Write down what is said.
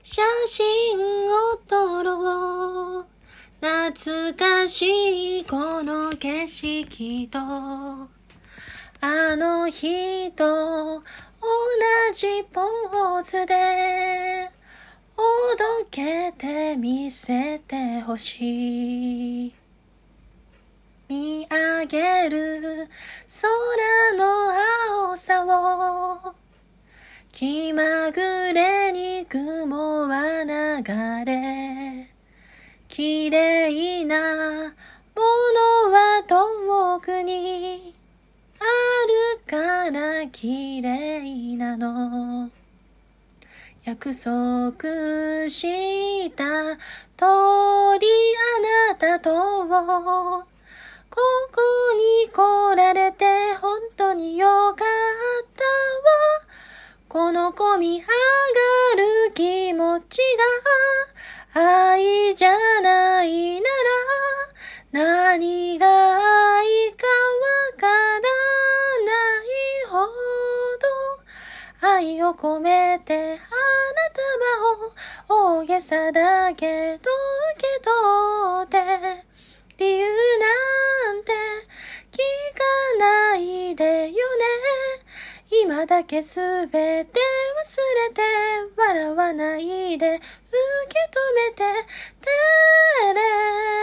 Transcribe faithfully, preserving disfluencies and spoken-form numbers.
写真を撮ろう。懐かしいこの景色と、あの日と同じポーズでおどけて見せてほしい。見上げる空の青さを気まぐれに雲は流れ、綺麗なものは遠くにあるから綺麗なの。約束した通りあなたとここに来られて本当によかったわ。この込み上がる気持ちが愛じゃないなら何が愛かわからないほど、愛を込めて花束を大げさだけど受け取って、理由なんて聞かないでよね。今だけすべて忘れて笑わないで受け止めて、てれ